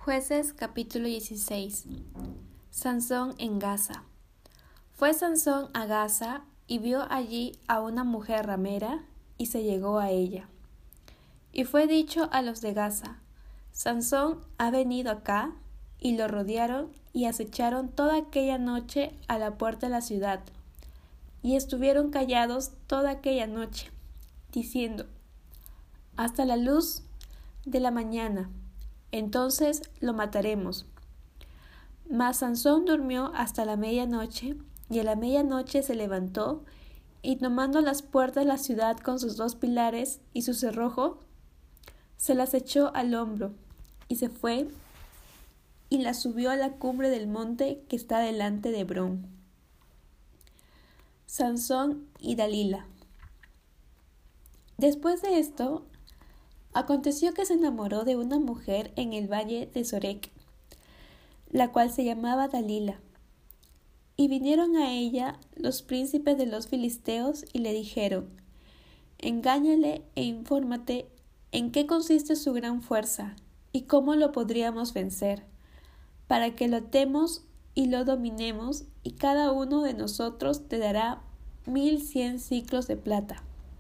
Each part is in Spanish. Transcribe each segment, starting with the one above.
Jueces capítulo 16. Sansón en Gaza. Fue Sansón a Gaza y vio allí a una mujer ramera y se llegó a ella. Y fue dicho a los de Gaza: Sansón ha venido acá, y lo rodearon y acecharon toda aquella noche a la puerta de la ciudad. Y estuvieron callados toda aquella noche, diciendo: hasta la luz de la mañana, entonces lo mataremos. Mas Sansón durmió hasta la medianoche, y a la medianoche se levantó, y tomando las puertas de la ciudad con sus 2 pilares y su cerrojo, se las echó al hombro, y se fue, y las subió a la cumbre del monte que está delante de Hebrón. Sansón y Dalila. Después de esto, aconteció que se enamoró de una mujer en el valle de Sorek, la cual se llamaba Dalila. Y vinieron a ella los príncipes de los filisteos y le dijeron: engáñale e infórmate en qué consiste su gran fuerza y cómo lo podríamos vencer, para que lo atemos y lo dominemos, y cada uno de nosotros te dará 1100 siclos de plata.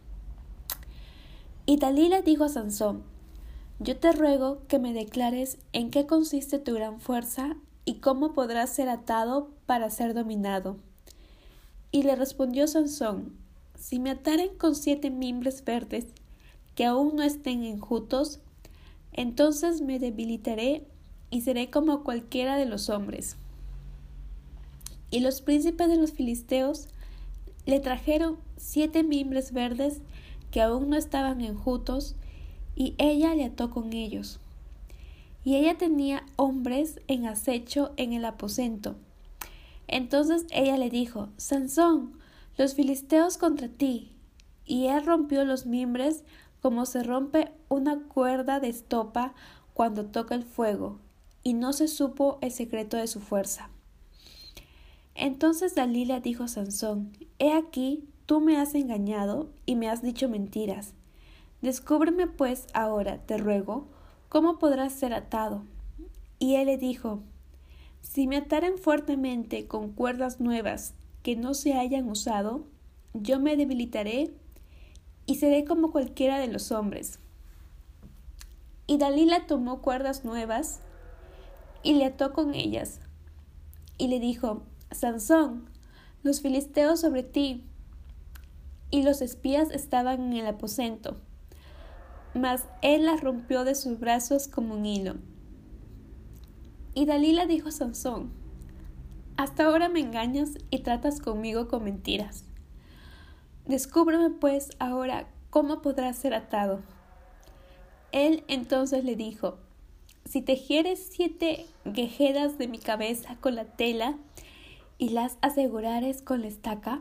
Y Dalila dijo a Sansón: yo te ruego que me declares en qué consiste tu gran fuerza y cómo podrás ser atado para ser dominado. Y le respondió Sansón: si me ataren con 7 mimbres verdes que aún no estén enjutos, entonces me debilitaré y seré como cualquiera de los hombres. Y los príncipes de los filisteos le trajeron 7 mimbres verdes que aún no estaban enjutos, y ella le ató con ellos. Y ella tenía hombres en acecho en el aposento. Entonces ella le dijo: Sansón, los filisteos contra ti. Y él rompió los mimbres como se rompe una cuerda de estopa cuando toca el fuego, y no se supo el secreto de su fuerza. Entonces Dalila dijo a Sansón: he aquí, tú me has engañado y me has dicho mentiras. Descúbreme pues ahora, te ruego, cómo podrás ser atado. Y él le dijo: si me ataren fuertemente con cuerdas nuevas que no se hayan usado, yo me debilitaré y seré como cualquiera de los hombres. Y Dalila tomó cuerdas nuevas y le ató con ellas. Y le dijo: Sansón, los filisteos sobre ti. Y los espías estaban en el aposento, mas él las rompió de sus brazos como un hilo. Y Dalila dijo a Sansón: hasta ahora me engañas y tratas conmigo con mentiras. Descúbreme pues ahora cómo podrás ser atado. Él entonces le dijo: si tejieres 7 guejedas de mi cabeza con la tela y las asegurares con la estaca.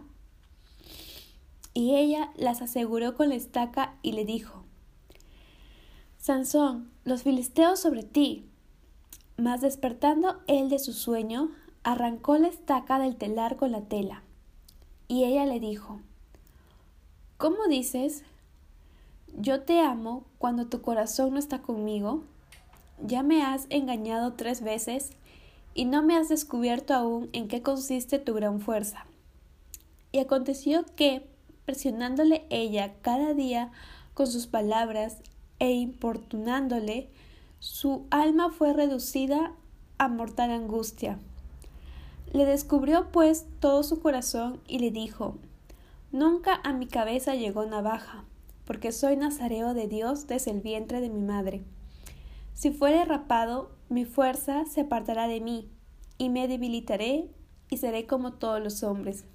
Y ella las aseguró con la estaca y le dijo: Sansón, los filisteos sobre ti. Mas despertando él de su sueño, arrancó la estaca del telar con la tela. Y ella le dijo: ¿cómo dices? Yo te amo cuando tu corazón no está conmigo. Ya me has engañado 3 veces y no me has descubierto aún en qué consiste tu gran fuerza. Y aconteció que, presionándole ella cada día con sus palabras e importunándole, su alma fue reducida a mortal angustia. Le descubrió pues todo su corazón y le dijo: nunca a mi cabeza llegó navaja, porque soy nazareo de Dios desde el vientre de mi madre. Si fuere rapado, mi fuerza se apartará de mí, y me debilitaré y seré como todos los hombres.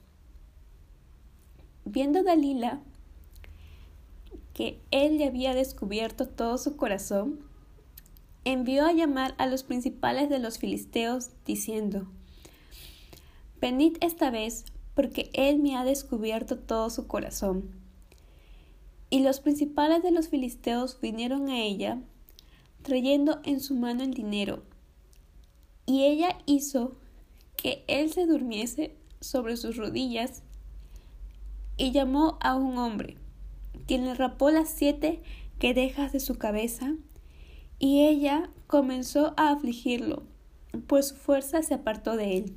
Viendo Dalila que él le había descubierto todo su corazón, envió a llamar a los principales de los filisteos, diciendo: venid esta vez, porque él me ha descubierto todo su corazón. Y los principales de los filisteos vinieron a ella, trayendo en su mano el dinero, y ella hizo que él se durmiese sobre sus rodillas, y llamó a un hombre, quien le rapó las 7 guedejas de su cabeza, y ella comenzó a afligirlo, pues su fuerza se apartó de él.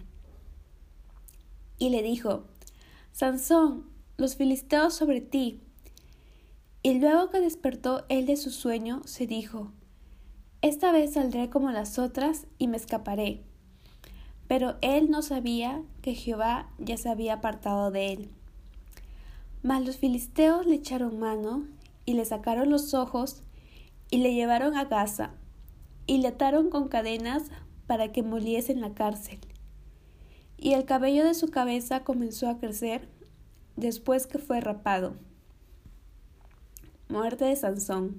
Y le dijo: Sansón, los filisteos sobre ti. Y luego que despertó él de su sueño, se dijo: Esta vez saldré como las otras y me escaparé. Pero él no sabía que Jehová ya se había apartado de él. Mas los filisteos le echaron mano, y le sacaron los ojos, y le llevaron a Gaza, y le ataron con cadenas para que moliese en la cárcel. Y el cabello de su cabeza comenzó a crecer después que fue rapado. Muerte de Sansón.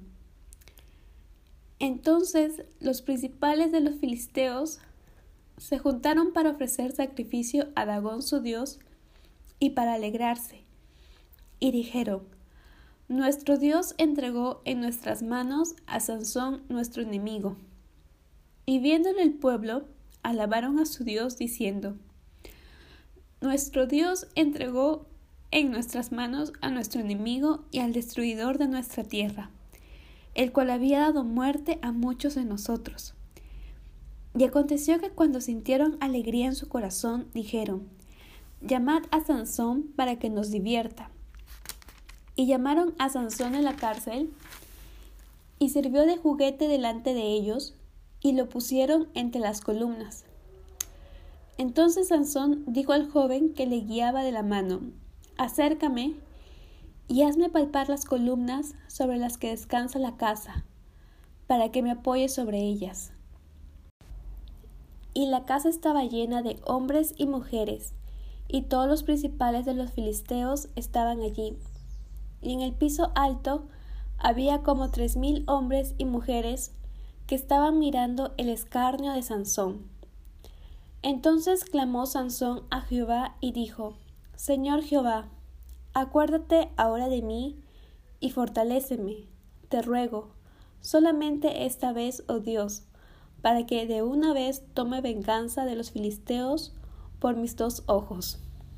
Entonces los principales de los filisteos se juntaron para ofrecer sacrificio a Dagón su dios y para alegrarse. Y dijeron: Nuestro Dios entregó en nuestras manos a Sansón nuestro enemigo. Y viéndolo el pueblo, alabaron a su Dios diciendo: Nuestro Dios entregó en nuestras manos a nuestro enemigo y al destruidor de nuestra tierra, el cual había dado muerte a muchos de nosotros. Y aconteció que cuando sintieron alegría en su corazón, dijeron: Llamad a Sansón para que nos divierta. Y llamaron a Sansón en la cárcel, y sirvió de juguete delante de ellos, y lo pusieron entre las columnas. Entonces Sansón dijo al joven que le guiaba de la mano: Acércame y hazme palpar las columnas sobre las que descansa la casa, para que me apoye sobre ellas. Y la casa estaba llena de hombres y mujeres, y todos los principales de los filisteos estaban allí. Y en el piso alto había como 3,000 hombres y mujeres que estaban mirando el escarnio de Sansón. Entonces clamó Sansón a Jehová y dijo: Señor Jehová, acuérdate ahora de mí y fortaléceme, te ruego, solamente esta vez, oh Dios, para que de una vez tome venganza de los filisteos por mis 2 ojos.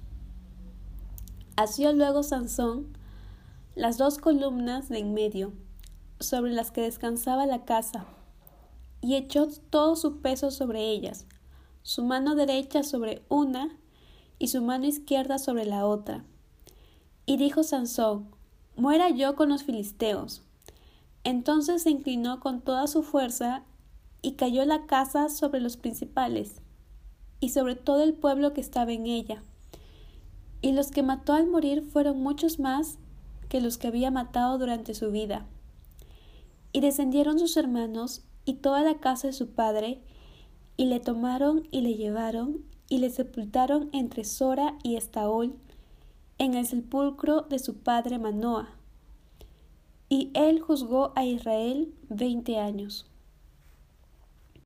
Asió luego Sansón las 2 columnas de en medio, sobre las que descansaba la casa, y echó todo su peso sobre ellas, su mano derecha sobre una y su mano izquierda sobre la otra. Y dijo Sansón: Muera yo con los filisteos. Entonces se inclinó con toda su fuerza, y cayó la casa sobre los principales, y sobre todo el pueblo que estaba en ella. Y los que mató al morir fueron muchos más que los que había matado durante su vida. Y descendieron sus hermanos y toda la casa de su padre, y le tomaron y le llevaron, y le sepultaron entre Sora y Estaol, en el sepulcro de su padre Manoa. Y él juzgó a Israel 20 años.